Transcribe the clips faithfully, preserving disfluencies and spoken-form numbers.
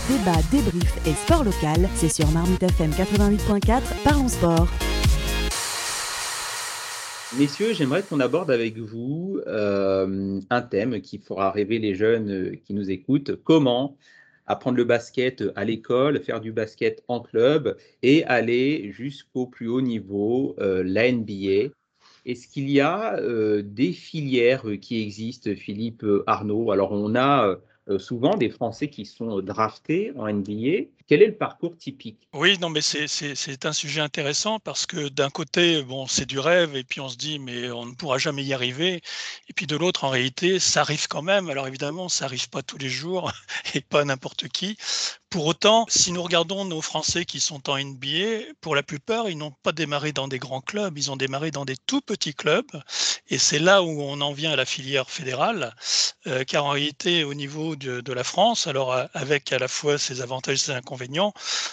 Débat, débrief et sport local, c'est sur Marmite F M quatre-vingt-huit point quatre, parlons sport. Messieurs, j'aimerais qu'on aborde avec vous euh, un thème qui fera rêver les jeunes qui nous écoutent. Comment apprendre le basket à l'école, faire du basket en club et aller jusqu'au plus haut niveau, euh, la N B A. Est-ce qu'il y a euh, des filières qui existent, Philippe, Arnaud? Alors, on a euh, souvent des Français qui sont draftés en N B A. Quel est le parcours typique? Oui, non, mais c'est c'est c'est un sujet intéressant parce que d'un côté, bon, c'est du rêve et puis on se dit: «Mais on ne pourra jamais y arriver» et puis de l'autre, en réalité, ça arrive quand même. Alors évidemment, ça arrive pas tous les jours et pas à n'importe qui. Pour autant, si nous regardons nos Français qui sont en N B A, pour la plupart, ils n'ont pas démarré dans des grands clubs, ils ont démarré dans des tout petits clubs et c'est là où on en vient à la filière fédérale, heu, car en réalité, au niveau de de la France, alors, heu, avec à la fois ses avantages et ses inconvénients,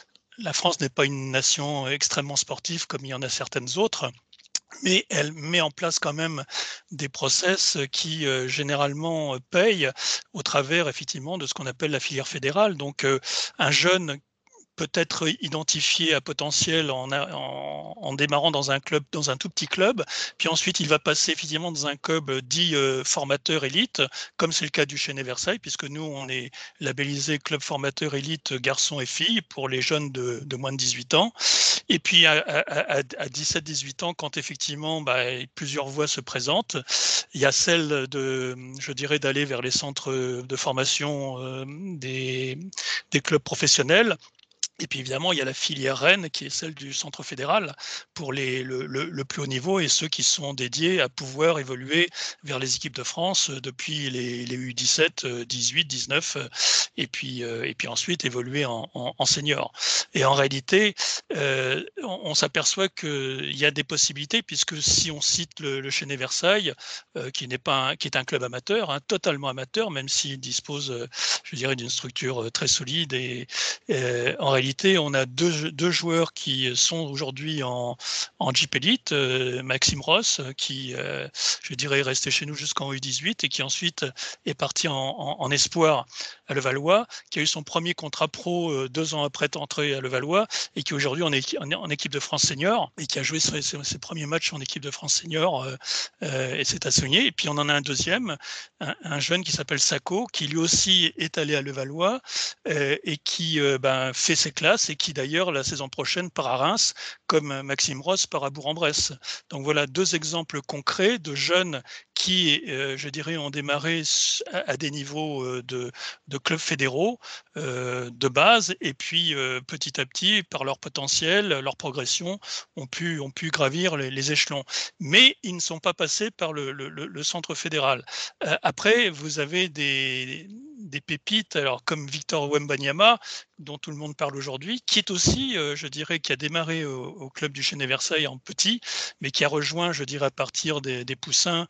la France n'est pas une nation extrêmement sportive comme il y en a certaines autres, mais elle met en place quand même des process qui, heu, généralement, heu, payent au travers effectivement de ce qu'on appelle la filière fédérale. Donc, heu, un jeune peut être identifié à potentiel en a en en démarrant dans un club, dans un tout petit club, puis ensuite il va passer effectivement dans un club dit, heu, formateur élite, comme c'est le cas du Chêne Versailles, puisque nous on est labellisé club formateur élite garçons et filles pour les jeunes de de moins de dix-huit ans. Et puis à à à à dix-sept dix-huit ans, quand effectivement, bah, plusieurs voies se présentent, il y a celle de, je dirais, d'aller vers les centres de formation, hem, des des clubs professionnels. Et puis évidemment, il y a la filière reine qui est celle du centre fédéral pour les le le le plus haut niveau et ceux qui sont dédiés à pouvoir évoluer vers les équipes de France, heu, depuis les les U dix-sept, heu, dix-huit dix-neuf, heu et puis, heu et puis ensuite évoluer en en en senior. Et en réalité, heu, on on s'aperçoit qu'il y a des possibilités puisque si on cite le le Chêne Versailles, heu, qui n'est pas un qui est un club amateur, hein, totalement amateur, même s'il dispose, heu, je dirais d'une structure, heu, très solide et Heu, en réalité, on a deux deux joueurs qui sont aujourd'hui en en Jeep Elite, heu, Maxime Ross, euh, qui, heu, je dirais est resté chez nous jusqu'en U dix-huit et qui ensuite est parti en en en espoir à Levallois, qui a eu son premier contrat pro, heu, deux ans après être entré à Levallois et qui aujourd'hui en équi en en équipe de France senior et qui a joué ses ses ses premiers matchs en équipe de France senior, heu heu et c'est à souligner. Et puis on en a un deuxième, un un jeune qui s'appelle Sako, qui lui aussi est allé à Levallois, heu et qui, heu, ben, fait ses classes et qui d'ailleurs la saison prochaine part à Reims, comme euh, Maxime Ross part à Bourg-en-Bresse. Donc voilà deux exemples concrets de jeunes qui, heu, je dirais, ont démarré s à à des niveaux, heu, de de clubs fédéraux, heu, de base et puis, heu, petit à petit, par leur potentiel, leur progression, ont pu ont pu gravir les les échelons. Mais ils ne sont pas passés par le le le le centre fédéral. Heu, après, vous avez des des pépites, alors comme Victor Wembanyama, dont tout le monde parle aujourd'hui, qui est aussi, heu, je dirais, qui a démarré au au club du Chêne Versailles en petit, mais qui a rejoint, je dirais, à partir des des poussins,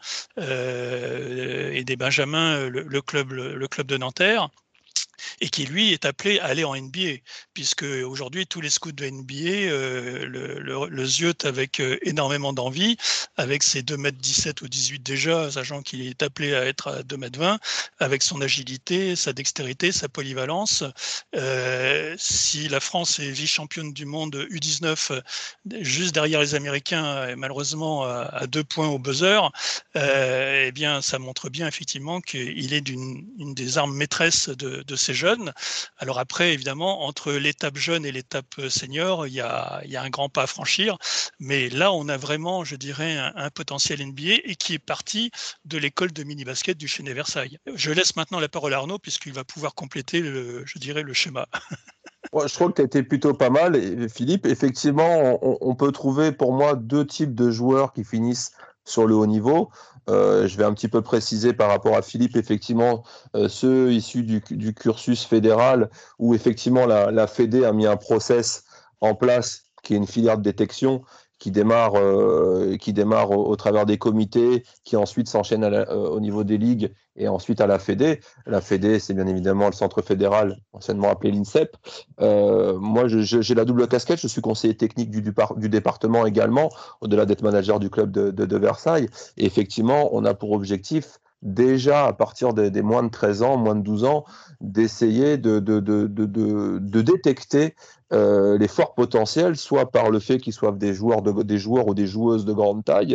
heu et des benjamins, le le club le le club de Nanterre et qui lui est appelé à aller en N B A, puisque aujourd'hui tous les scouts de N B A euh, le, le, le ziotent avec euh, énormément d'envie, avec ses deux mètres dix-sept ou dix-huit déjà, sachant qu'il est appelé à être à deux mètres vingt, avec son agilité, sa dextérité, sa polyvalence. Euh, si la France est vice-championne du monde U dix-neuf, juste derrière les Américains, et malheureusement à, à deux points au buzzer, euh, eh bien ça montre bien effectivement qu'il est d'une une des armes maîtresses de, de ces jeunes. Alors après, évidemment, entre l'étape jeune et l'étape senior, il y a, il y a un grand pas à franchir. Mais là, on a vraiment, je dirais, un, un potentiel N B A et qui est parti de l'école de mini-basket du Chêne Versailles. Je laisse maintenant la parole à Arnaud, puisqu'il va pouvoir compléter, le, je dirais, le schéma. Ouais, je trouve que tu as été plutôt pas mal, et- Philippe. Effectivement, on, on peut trouver pour moi deux types de joueurs qui finissent sur le haut niveau. Euh, je vais un petit peu préciser par rapport à Philippe, effectivement, euh, ceux issus du, du cursus fédéral, où effectivement la, la Fédé a mis un process en place qui est une filière de détection qui démarre, euh, qui démarre au, au travers des comités, qui ensuite s'enchaîne à la- euh, au niveau des ligues et ensuite à la Fédé. La Fédé, c'est bien évidemment le centre fédéral, anciennement appelé l'INSEP. Euh, moi, je- je- j'ai la double casquette. Je suis conseiller technique du, du, par- du département également, au-delà d'être manager du club de, de- de Versailles. Et effectivement, on a pour objectif déjà à partir des, des moins de treize ans, moins de douze ans, d'essayer de, de, de, de, de, de détecter euh, les forts potentiels, soit par le fait qu'ils soient des joueurs, de, des joueurs ou des joueuses de grande taille,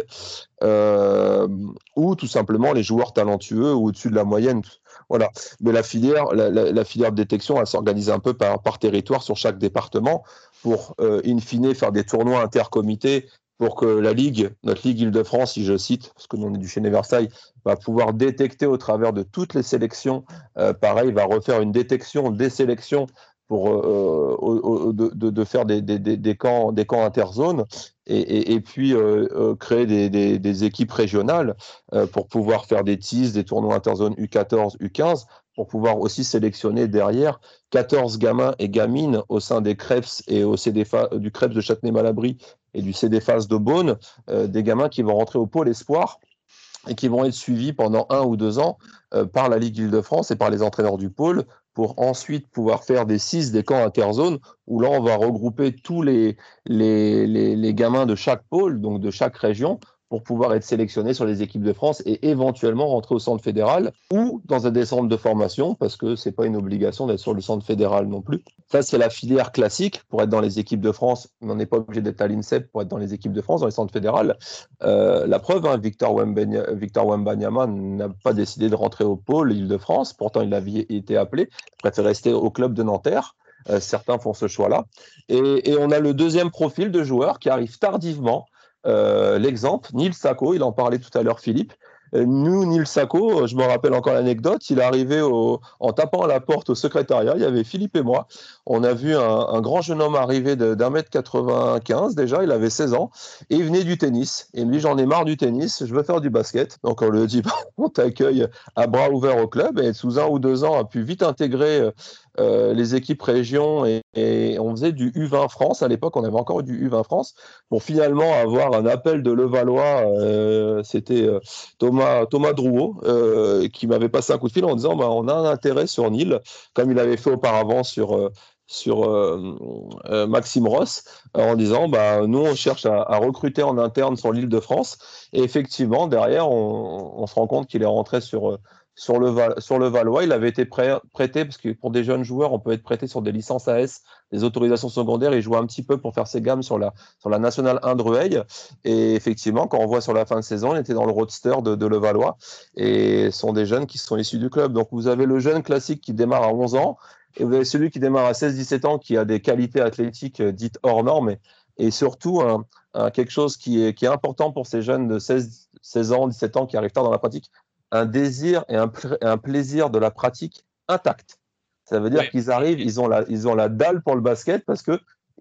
euh, ou tout simplement les joueurs talentueux ou au-dessus de la moyenne. Voilà. Mais la filière, la, la, la filière de détection, elle s'organise un peu par, par territoire sur chaque département pour, euh, in fine, faire des tournois intercomités pour que la Ligue, notre Ligue Île-de-France, si je cite, parce que nous on est du Chénet-Versailles, va pouvoir détecter au travers de toutes les sélections, euh, pareil, va refaire une détection, des sélections pour euh, euh, de, de, de faire des, des, des, camps, des camps interzones et, et, et puis euh, euh, créer des, des, des équipes régionales euh, pour pouvoir faire des teases, des tournois interzones U quatorze, U quinze, pour pouvoir aussi sélectionner derrière quatorze gamins et gamines au sein des Creps et au C D F A, du Creps de Châtenay-Malabry et du C D F A S de Beaune, euh, des gamins qui vont rentrer au pôle espoir et qui vont être suivis pendant un ou deux ans euh, par la Ligue Île-de-France et par les entraîneurs du pôle pour ensuite pouvoir faire des six, des camps interzones, où là, on va regrouper tous les, les, les, les gamins de chaque pôle, donc de chaque région, pour pouvoir être sélectionnés sur les équipes de France et éventuellement rentrer au centre fédéral ou dans un des centres de formation, parce que ce n'est pas une obligation d'être sur le centre fédéral non plus. Ça, c'est la filière classique pour être dans les équipes de France. On n'est pas obligé d'être à l'INSEP pour être dans les équipes de France, dans les centres fédérales. Euh, la preuve, hein, Victor Wembanyama n'a pas décidé de rentrer au pôle Île-de-France, pourtant il avait été appelé, il préfère rester au club de Nanterre. Euh, certains font ce choix-là. Et, et on a le deuxième profil de joueur qui arrive tardivement. Euh, l'exemple, Neil Sacco, il en parlait tout à l'heure Philippe. Euh, nous, Neil Sacco, je me rappelle encore l'anecdote, il est arrivé au, en tapant à la porte au secrétariat, il y avait Philippe et moi. On a vu un, un grand jeune homme arriver d'un mètre quatre-vingt-quinze déjà, il avait seize ans, et il venait du tennis. Et il me dit, j'en ai marre du tennis, je veux faire du basket. Donc on lui dit, on t'accueille à bras ouverts au club, et sous un ou deux ans, a pu vite intégrer euh, les équipes régions, et, et on faisait du U vingt France. À l'époque, on avait encore du U vingt France, pour finalement avoir un appel de Levallois, euh, c'était euh, Thomas, Thomas Drouot, euh, qui m'avait passé un coup de fil en disant bah, on a un intérêt sur Neil, comme il avait fait auparavant sur, euh, sur euh, euh, Maxime Ross, en disant bah, nous on cherche à, à recruter en interne sur l'Île-de-France. Et effectivement, derrière, on, on se rend compte qu'il est rentré sur, sur, le, Val, sur le Valois. Il avait été prêt, prêté, parce que pour des jeunes joueurs, on peut être prêté sur des licences A S, des autorisations secondaires. Il jouait un petit peu pour faire ses gammes sur la, sur la nationale un de Rueil. Et effectivement, quand on voit sur la fin de saison, il était dans le roadster de, de Levallois. Et ce sont des jeunes qui sont issus du club. Donc vous avez le jeune classique qui démarre à onze ans, et vous avez celui qui démarre à seize dix-sept ans, qui a des qualités athlétiques dites hors normes, et, et surtout un, un, quelque chose qui est, qui est important pour ces jeunes de seize, seize ans, dix-sept ans qui arrivent tard dans la pratique, un désir et un, un plaisir de la pratique intact. Ça veut dire ouais. qu'ils arrivent, ils ont, la, ils ont la dalle pour le basket parce qu'on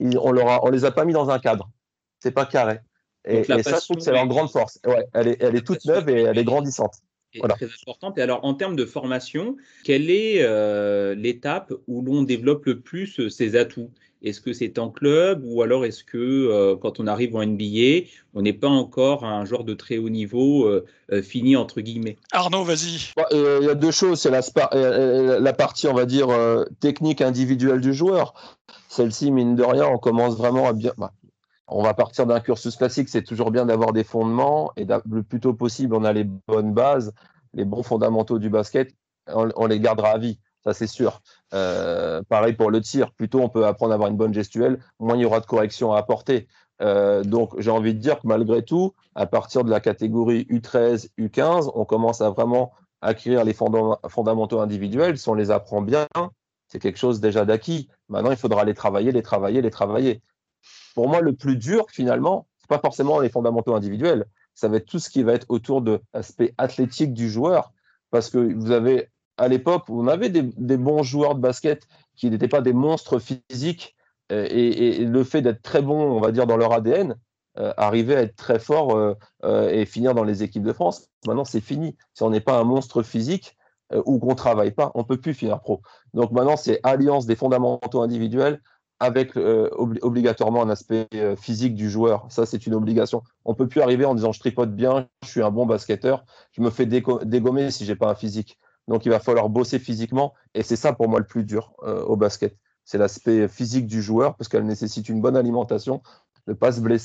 ne les a pas mis dans un cadre. C'est pas carré. Et, et ça, je trouve que c'est leur grande force. Ouais, elle est, elle est toute neuve et elle est grandissante. Est voilà. Très importante. Et alors, en termes de formation, quelle est euh, l'étape où l'on développe le plus ses atouts? Est-ce que c'est en club ou alors est-ce que euh, quand on arrive en N B A, on n'est pas encore un joueur de très haut niveau euh, euh, fini entre guillemets? Arnaud, vas-y. Il bon, euh, y a deux choses. C'est la, euh, la partie, on va dire, euh, technique individuelle du joueur. Celle-ci, mine de rien, on commence vraiment à bien... Bah, on va partir d'un cursus classique, c'est toujours bien d'avoir des fondements et le plus tôt possible, on a les bonnes bases, les bons fondamentaux du basket, on, on les gardera à vie, ça c'est sûr. Euh, pareil pour le tir, plus tôt on peut apprendre à avoir une bonne gestuelle, moins il y aura de corrections à apporter. Euh, donc j'ai envie de dire que malgré tout, à partir de la catégorie U treize, U quinze, on commence à vraiment acquérir les fondam- fondamentaux individuels. Si on les apprend bien, c'est quelque chose déjà d'acquis. Maintenant, il faudra les travailler, les travailler, les travailler. Pour moi, le plus dur, finalement, ce n'est pas forcément les fondamentaux individuels. Ça va être tout ce qui va être autour de l'aspect athlétique du joueur. Parce que vous avez, à l'époque, on avait des, des bons joueurs de basket qui n'étaient pas des monstres physiques. Euh, et, et le fait d'être très bon, on va dire, dans leur A D N, euh, arriver à être très fort euh, euh, et finir dans les équipes de France, maintenant, c'est fini. Si on n'est pas un monstre physique euh, ou qu'on ne travaille pas, on ne peut plus finir pro. Donc maintenant, c'est alliance des fondamentaux individuels avec euh, obli- obligatoirement un aspect euh, physique du joueur. Ça, c'est une obligation. On ne peut plus arriver en disant je tripote bien, je suis un bon basketteur, je me fais dégo- dégommer si je n'ai pas un physique. Donc, il va falloir bosser physiquement. Et c'est ça, pour moi, le plus dur euh, au basket. C'est l'aspect physique du joueur parce qu'elle nécessite une bonne alimentation, ne pas se blesser.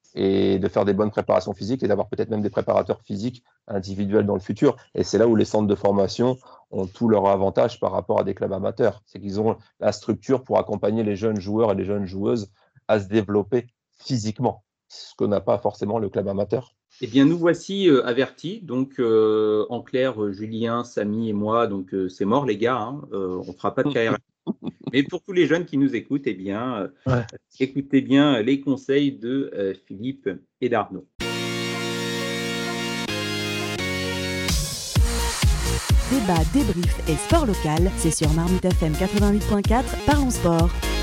et de faire des bonnes préparations physiques et d'avoir peut-être même des préparateurs physiques individuels dans le futur. Et c'est là où les centres de formation ont tout leur avantage par rapport à des clubs amateurs. C'est qu'ils ont la structure pour accompagner les jeunes joueurs et les jeunes joueuses à se développer physiquement, ce que n'a pas forcément le club amateur. Eh bien, nous voici euh, avertis. Donc, euh, en clair, euh, Julien, Samy et moi, donc euh, c'est mort, les gars. Hein, euh, on ne fera pas de carrière. Mais pour tous les jeunes qui nous écoutent, eh bien, euh, ouais. écoutez bien les conseils de euh, Philippe et d'Arnaud. Débat, débrief et sport local, c'est sur Marmite F M quatre-vingt-huit point quatre, Parlons Sport.